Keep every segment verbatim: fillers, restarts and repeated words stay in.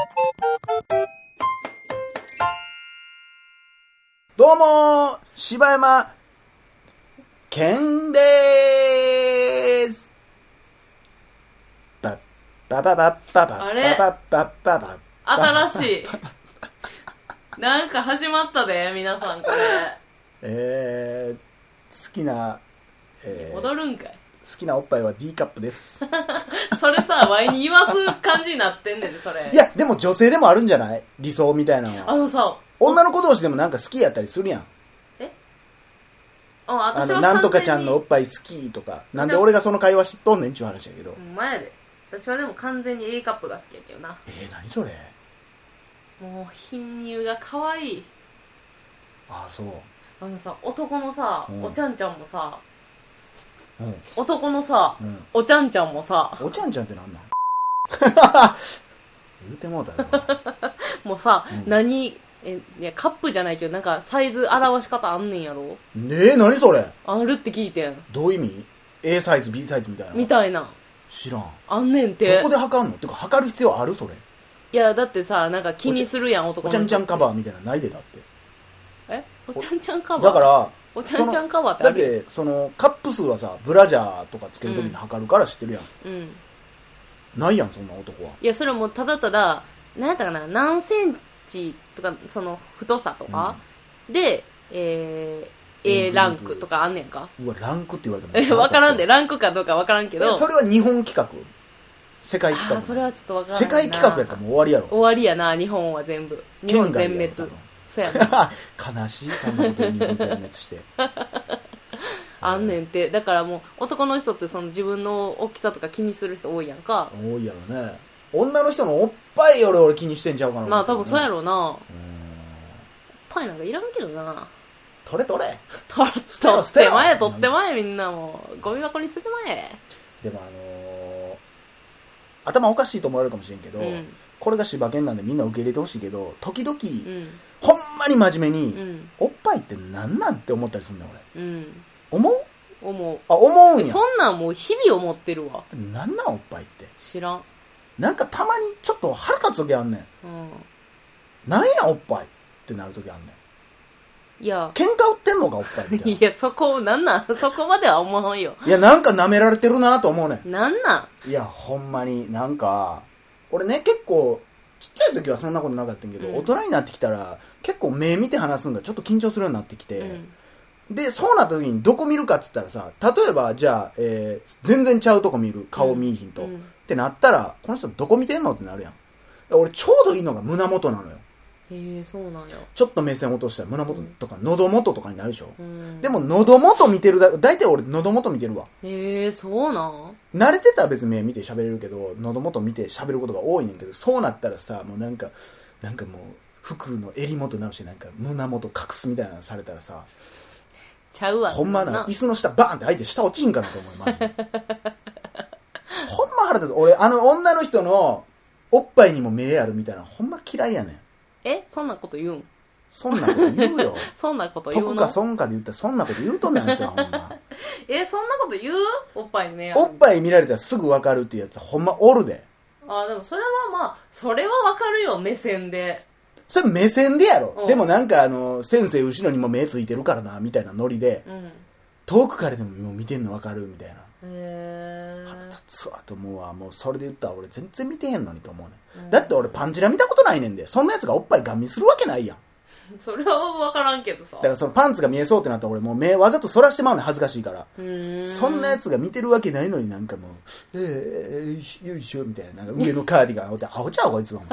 どうもー、柴山健でーす。バッバババッババあれバババババ新しい。なんか始まったで、皆さんこれ。 えー、好きな、えー、 踊るんかい。 好きなおっぱいは D カップです。 それさ、ワイに言わす感じになってんねんで、それ。 いや、でも女性でもあるんじゃない？理想みたいなのは。 あのさ、 女の子同士でもなんか好きやったりするやん。 えあ、 あの、 私はなんとかちゃんのおっぱい好きとか。なんで俺がその会話知っとんねんちゅう話やけど。 前で。私はでも完全に A カップが好きやけどな。 えー、何それ？ もう、貧乳が可愛い。 ああ、そう。 あのさ、男のさ、 うん、 おちゃんちゃんもさ、 うん、 男のさ、うん、おちゃんちゃんもさ、 おちゃんちゃんってなんなん言うてもうたよ。 もうさ、うん、何、え、いや、カップじゃないけど、なんか、サイズ表し方あんねんやろ？ ねえ、何それ？ あるって聞いてん。 どういう意味？ A サイズ、B サイズみたいな。 みたいな。 知らん。 あんねんて。 どこで測んの？てか、測る必要あるそれ？ いや、だってさ、なんか気にするやん、男の人。 おちゃんちゃんカバーみたいなのないでだって。 えおちゃんちゃんカバーだから、 おちゃんちゃんカバーってある？ だって、その、カップ数はさ、ブラジャーとかつけるときに測るから知ってるやん。うん。ないやん、そんな男は。 いや、それもただただ、なんやったかな、何センチとか、その、太さとか、うん、で、えー、A ランクとかあんねんか。 うわ、ランクって言われても。 え、わからんで、ランクかどうかわからんけど。 それは日本企画？世界企画？ あ、それはちょっとわからんな。 世界企画やったらもう終わりやろ。 終わりやな、日本は全部。日本全滅。そうやな。 悲しい、そんなことに日本全滅して。 あんねんって。だからもう、男の人ってその自分の大きさとか気にする人多いやんか。 多いやろね。女の人のおっぱいより俺気にしてんちゃうかな。 まあ多分そうやろうな。うん。おっぱいなんかいらんけどな。 取れ取れ。 取ってまえ、取ってまえ、みんなもう。ゴミ箱に捨ててまえ。 でもあのー、頭おかしいと思われるかもしれんけど、うん、これが柴犬なんでみんな受け入れてほしいけど、時々、うん、ほんまに真面目に、うん、おっぱいってなんなんって思ったりするんだよ俺。うん、思う？ 思う。 あ、思うんや。 そんなんもう日々思ってるわ。 なんなんおっぱいって。 知らん。 なんかたまにちょっと腹立つ時あんねん。うん。なんやおっぱいってなる時あんねん。いや。喧嘩売ってんのかおっぱいみたいな。 いや、そこ、なんなんそこまでは思わんよ。 いや、なんか舐められてるなと思うねん。 なんなんいや、ほんまに、なんか、俺ね、結構、ちっちゃい時はそんなことなかったんけど、うん、大人になってきたら、結構目見て話すんがちょっと緊張するようになってきて、うん、で、そうなった時にどこ見るかって言ったらさ、例えば、じゃあ、えー、全然ちゃうとこ見る、顔見いひんと、うん、ってなったら、この人どこ見てんのってなるやん。俺ちょうどいいのが胸元なのよ。 へえ、そうなんや。 ちょっと目線落としたら胸元とか喉元とかになるでしょ、うん、でも喉元見てるだけ、だいたい俺喉元見てるわ。 へえ、そうなん？ 慣れてたら別に目見て喋れるけど、喉元見て喋ることが多いねんけど、そうなったらさ、もうなんか、なんかもう、服の襟元直してなんか胸元隠すみたいなのされたらさ、 ちゃうわ。 ほんまな、椅子の下バーンって開いて下落ちんかなと思う、マジで。ほんま腹立つ。俺、あの女の人のおっぱいにも目あるみたいな、ほんま嫌いやねん。 え、そんなこと言うん？ そんなこと言うよ。 そんなこと言うの？ 得か損かで言ったらそんなこと言うとんねん、あいつはほんま。 え、そんなこと言う？おっぱいに目ある。 おっぱい見られたらすぐ分かるっていうやつほんまおるで。 あ、でもそれはまあ、それは分かるよ、目線で。 それ目線でやろ。うん、でもなんかあの、先生後ろにも目ついてるからな、みたいなノリで、うん、遠くからでももう見てんの分かるみたいな。へー。腹立つわと思うわ。もうそれで言ったら俺全然見てへんのにと思うね、うん。だって俺パンチラ見たことないねんで。そんなやつがおっぱいガン見するわけないやん。 それは分からんけどさ。 だからそのパンツが見えそうってなったら俺もう目わざと反らしてまうねん、恥ずかしいから。うーん、そんなやつが見てるわけないのになんかもう、えー、よいしょみたいな。なんか上のカーディガンをって、アホちゃうこいつは。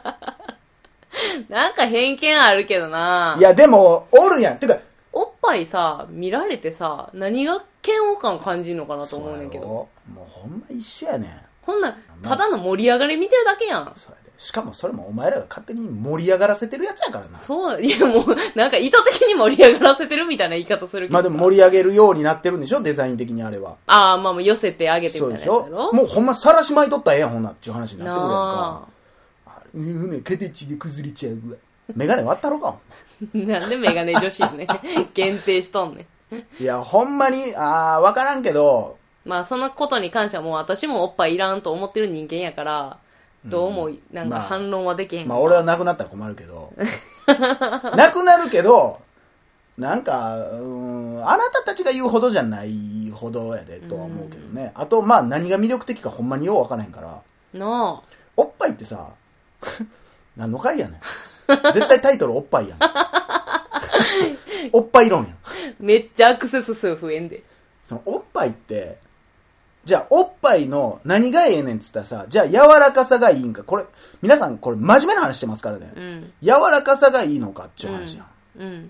なんか偏見あるけどな。 いやでも、おるやん。てか、 おっぱいさ、見られてさ、何が嫌悪感感じんのかなと思うねんけど。 もうほんま一緒やねん。 ほんなただの盛り上がり見てるだけやん。 そうやで。しかもそれもお前らが勝手に盛り上がらせてるやつやからな。 そう、いやもう、なんか意図的に盛り上がらせてるみたいな言い方するけど。 まあでも盛り上げるようになってるんでしょ、デザイン的にあれは。 ああ、まあもう寄せてあげてみたいなやつやろ。 そうでしょ。もうほんまさらし巻いとったらええやん、ほんなっていう話になってくるやんか。あれ、うんね、形が崩れちゃうわ。メガネ割ったろか。 なんでメガネ女子ね。限定しとんねん。いや、ほんまに、あー、わからんけど。 まあそのことに関してはもう私もおっぱいいらんと思ってる人間やから、 どうもなんか反論はできへん、 まあ、まあ俺はなくなったら困るけどなくなるけどなんかうんあなたたちが言うほどじゃないほどやでとは思うけどね、あとまあ何が魅力的かほんまによう分からへんからなあおっぱいってさ何の回やねん絶対タイトルおっぱいやんおっぱい論やんめっちゃアクセス数増えんで。 そのおっぱいってじゃあおっぱいの何がええねんっつったらさ、じゃあ柔らかさがいいんか、これ皆さんこれ真面目な話してますからね、うん、柔らかさがいいのかっていう話やん、うんうん、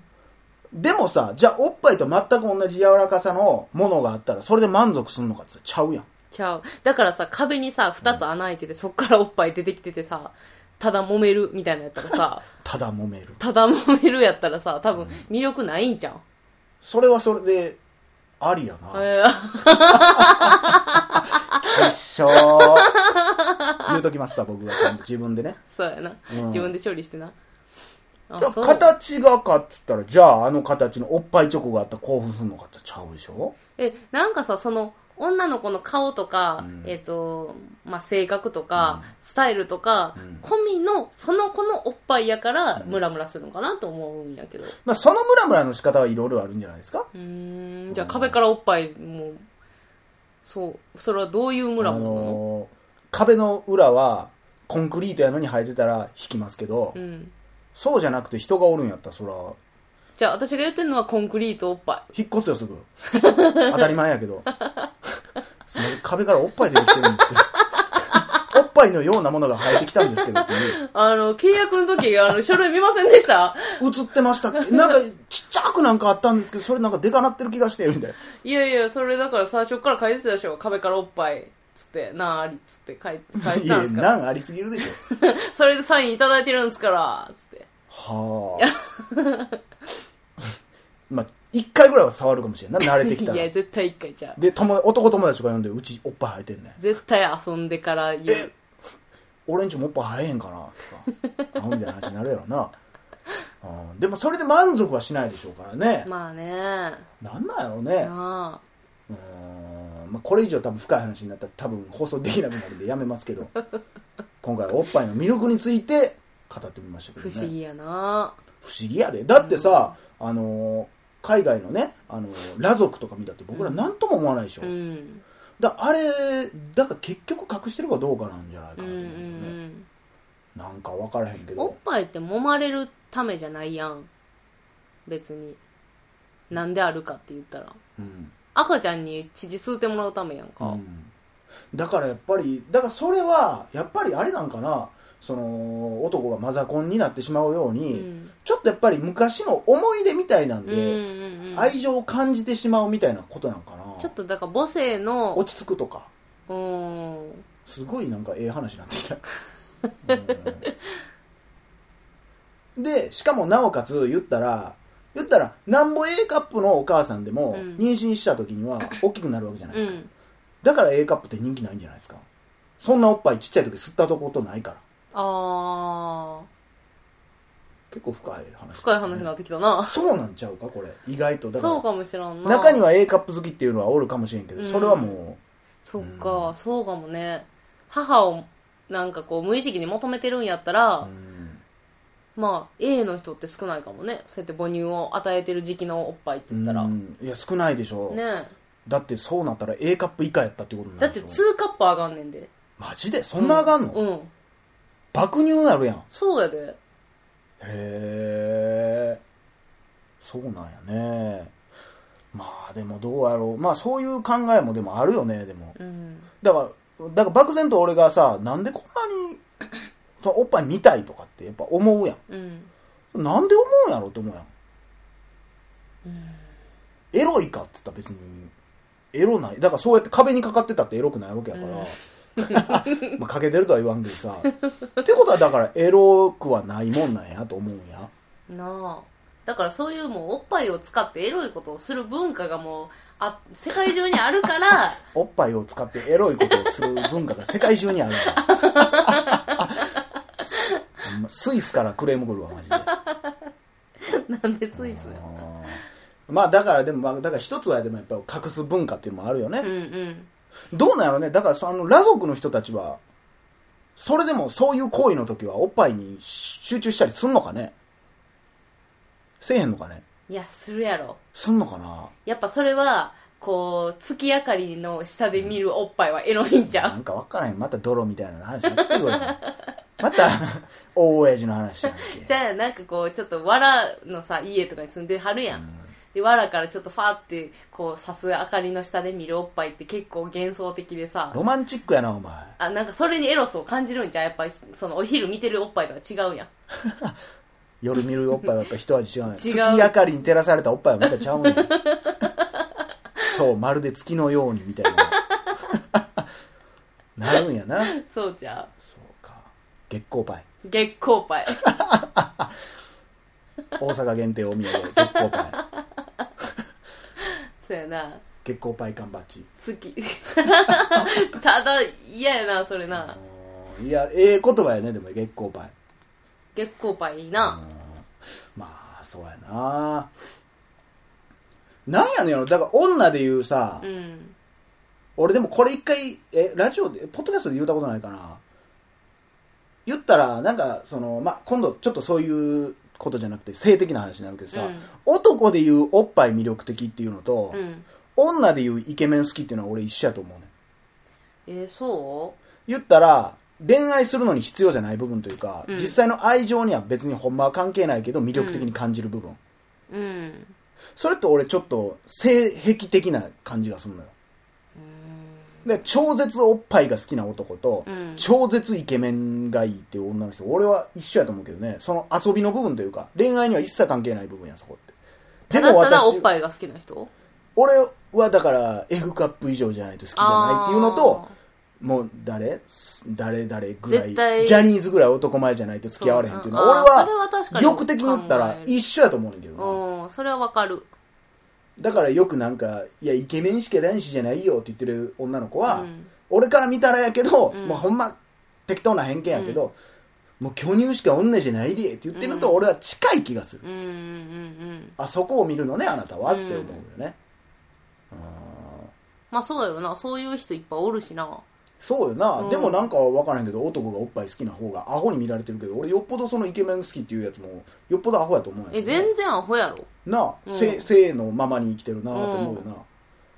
でもさ、じゃあおっぱいと全く同じ柔らかさのものがあったらそれで満足するのかってちゃうやん。 ちゃう。だからさ、壁にさふたつ穴開いてて、うん、そっからおっぱい出てきててさ、ただ揉めるみたいなやったらさただ揉めるただ揉めるやったらさ、多分魅力ないんじゃん、うん、 それはそれでありやな。えー、きっしょー言うときますさ、僕がちゃんと自分でね。 そうやな、うん、自分で処理してな。 あ、形がかっつったら、じゃああの形のおっぱいチョコがあったら興奮するのかってちゃうでしょ。 え、なんかさ、その女の子の顔とか、うん、えっ、ー、と、まあ、性格とか、うん、スタイルとか、うん、込みの、その子のおっぱいやから、ムラムラするのかなと思うんやけど。 まあ、そのムラムラの仕方はいろいろあるんじゃないですか。 うーん、じゃあ壁からおっぱいも、そう、それはどういうムラムラなの？あのー、 壁の裏は、コンクリートやのに生えてたら引きますけど、うん、そうじゃなくて人がおるんやったら、そら、 じゃあ私が言ってるのはコンクリートおっぱい。引っ越すよすぐ。当たり前やけど。その壁からおっぱい出てきてるんですけど。おっぱいのようなものが生えてきたんですけどっていう。 あの、契約の時、あの、書類見ませんでした？ 映ってましたっけ？なんかちっちゃくなんかあったんですけど、それなんかでかなってる気がしてみたいな。 いやいや、それだから最初から書いてたでしょ。壁からおっぱい。つって、なんありっつって書いて、書いてたんですから。 いや、なんありすぎるでしょ。 それでサインいただいてるんですから、つって。 はぁ。まあ、一回ぐらいは触るかもしれんな、慣れてきたら。 いや、絶対一回ちゃう。 で、とも男友達とか呼んで、うちおっぱい生えてんねん。 絶対遊んでから言う。 え、俺んちもおっぱい生えへんかなとか、あみたいな話になるやろな。うん、でもそれで満足はしないでしょうからね。 まあね。 なんなんやろうね。なあ。うん、まあ、これ以上多分深い話になったら多分放送できなくなるんでやめますけど、今回はおっぱいの魅力について語ってみましたけどね。 不思議やな。 不思議やで。だってさ、うん、あのー、海外のね、あのー、裸族とか見たって僕ら何とも思わないでしょ。うん、だあれ、だから結局隠してるかどうかなんじゃないかなと思うね。うんうんうん、なんか分からへんけど。 おっぱいって揉まれるためじゃないやん。別に。なんであるかって言ったら。うん、赤ちゃんに乳吸うてもらうためやんか。うん、 だからやっぱり、だからそれは、やっぱりあれなんかな。その男がマザコンになってしまうように、うん、ちょっとやっぱり昔の思い出みたいなんで、うんうんうん、愛情を感じてしまうみたいなことなんかな。 ちょっとだから母性の落ち着くとか、うん、すごいなんかええ話になってきた、うん、でしかもなおかつ言ったら言ったらなんぼ A カップのお母さんでも、うん、妊娠した時には大きくなるわけじゃないですか、うん、だから A カップって人気ないんじゃないですか。そんなおっぱいちっちゃい時吸ったことないから。あー、結構深い話、ね、 深い話になってきたな。 そうなんちゃうかこれ意外と。だからそうかもしらんな。 中には A カップ好きっていうのはおるかもしれんけど、うん、それはもうそっか、うん、そうかもね。母をなんかこう無意識に求めてるんやったら、うん、まあ A の人って少ないかもね。そうやって母乳を与えてる時期のおっぱいって言ったら、うん、 いや少ないでしょね。だってそうなったら A カップ以下やったってことになるでしょ。 だってにカップ上がんねんで。 マジでそんな上がんの？うん、うん、爆乳なるやん。 そうやで。へえ、そうなんやね。まあでもどうやろう。まあそういう考えもでもあるよね。でも、うん、だからだから漠然と俺がさ、なんでこんなにそのおっぱい見たいとかってやっぱ思うやん、うん、なんで思うんやろって思うやん、うん、エロいかって言ったら別にエロない。だからそうやって壁にかかってたってエロくないわけやから、うんまあかけてるとは言わんけどさってことはだからエロくはないもんなんやと思うんやなあ。だからそういうもうおっぱいを使ってエロいことをする文化がもうあ世界中にあるからおっぱいを使ってエロいことをする文化が世界中にあるスイスからクレーム来るわマジでなんでスイスや。 まあだからでもまあだから一つはでもやっぱり隠す文化っていうのもあるよね、うんうん、どうなんやろね。だからその裸族の人たちはそれでもそういう行為の時はおっぱいに集中したりすんのかね。せえへんのかね。 いや、するやろ。 すんのかな。 やっぱそれは、こう、月明かりの下で見るおっぱいはエロいんちゃう、 なんかわからへん。また泥みたいな話になってるわ。また、大親父の話やんけ。 じゃあ、なんかこう、ちょっと藁のさ、家とかに住んではるやん。うん、で、藁からちょっとファーって、こう、さす明かりの下で見るおっぱいって結構幻想的でさ。 ロマンチックやな、お前。 あ、なんかそれにエロスを感じるんじゃうやっぱり、そのお昼見てるおっぱいとは違うやん。 夜見るおっぱいはやっぱ一味違うね。 違う。 月明かりに照らされたおっぱいはまたちゃうねん。そう、まるで月のようにみたいな。なるんやな。 そうじゃう。 そうか。月光パイ。 月光パイ。 大阪限定お土産、月光パイ。 そうやな。 月光パイ缶バッジ。 月。ただ、嫌やな、それな。 いや、ええ言葉やね、でも月光パイ。 月光パイいいな。 まあ、そうやな。なんやねんやろ。だから女で言うさ、うん、俺でもこれ一回、え、ラジオで、ポッドキャストで言ったことないかな。言ったら、なんか、その、まあ、今度ちょっとそういうことじゃなくて、性的な話になるけどさ、うん、男で言うおっぱい魅力的っていうのと、うん、女で言うイケメン好きっていうのは俺一緒やと思うね。 えー、そう？ 言ったら、恋愛するのに必要じゃない部分というか、うん、実際の愛情には別にほんまは関係ないけど魅力的に感じる部分。 うん。うんそれって俺ちょっと性癖的な感じがするのよ。で、超絶おっぱいが好きな男と、うん、超絶イケメンがいいっていう女の人、俺は一緒やと思うけどね、その遊びの部分というか、恋愛には一切関係ない部分や、そこって。 でも私、ただただおっぱいが好きな人？ 俺はだから、F カップ以上じゃないと好きじゃないっていうのと、もう誰誰誰ぐらい、ジャニーズぐらい男前じゃないと付き合われへんっていうのは、俺は欲的に言ったら一緒やと思うんだけどな。 うん、それはわかる。 だからよくなんか、いや、イケメンしか男子じゃないよって言ってる女の子は、うん、俺から見たらやけど、うん、もうほんま適当な偏見やけど、うん、もう巨乳しか女じゃないでって言ってるのと俺は近い気がする。うんうんうんうん、あそこを見るのね、あなたはって思うよね。うん、 まあそうだよな、そういう人いっぱいおるしな。 そうよな、うん、でもなんか分からへんけど男がおっぱい好きな方がアホに見られてるけど俺よっぽどそのイケメン好きっていうやつもよっぽどアホやと思うんやけど、 ね、え全然アホやろなあ、うん、性, 性のままに生きてるなと思うよな、うん、うーん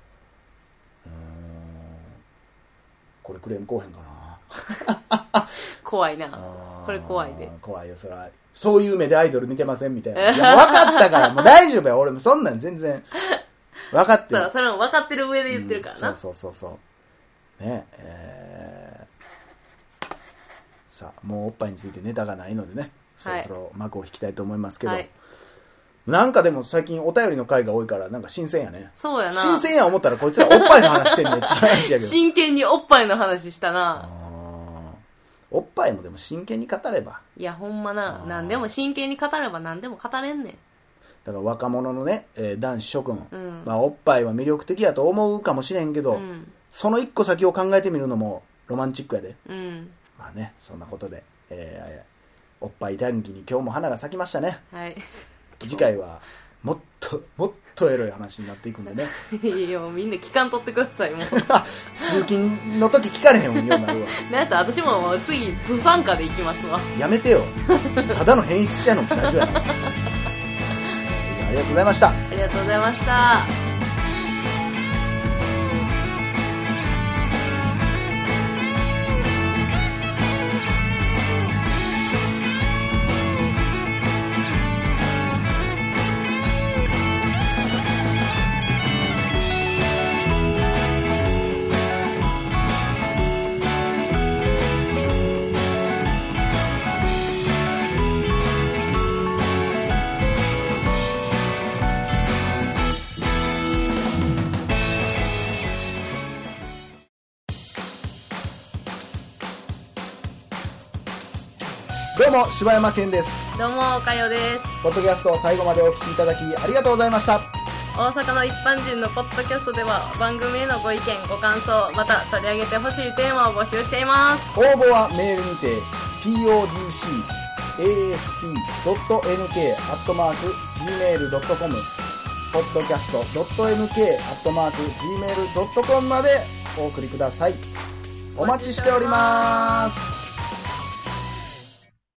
これクレームこうへんかな怖いなこれ怖いで怖いよそらそういう目でアイドル見てませんみたいないや分かったからもう大丈夫や俺もそんなん全然分かってるそうそれも分かってる上で言ってるからな、 うん、そうそうそうそうねえー、さあもうおっぱいについてネタがないのでね、はい、そろそろ幕を引きたいと思いますけど、はい、なんかでも最近お便りの回が多いからなんか新鮮やね。 そうやな新鮮や思ったらこいつらおっぱいの話してんねんって話やけど真剣におっぱいの話したな。 あおっぱいもでも真剣に語ればいやほんまな何でも真剣に語れば何でも語れんねん。 だから若者のね、えー、男子諸君、うん、まあ、おっぱいは魅力的やと思うかもしれんけど、うんその一個先を考えてみるのもロマンチックやで。うん。まあね、そんなことで、えー、おっぱい談義に今日も花が咲きましたね。はい。次回はもっともっとエロい話になっていくんでね。 いやもうみんな期間取ってくださいもう。 通勤の時聞かれへんようになるわ。 なんやったら私も次不参加で行きますわ。 やめてよ。ただの変質者のラジオやな。ありがとうございました。ありがとうございました。 どうも柴山健です。 どうもかよです。 ポッドキャストを最後までお聞きいただきありがとうございました。 大阪の一般人のポッドキャストでは番組へのご意見ご感想また取り上げてほしいテーマを募集しています。 応募はメールにて ポッドキャスト ドットエヌケー アットマーク ジーメール ドットコム ポッドキャスト ドットエヌケー アットマーク ジーメール ドットコム までお送りください。お待ちしております。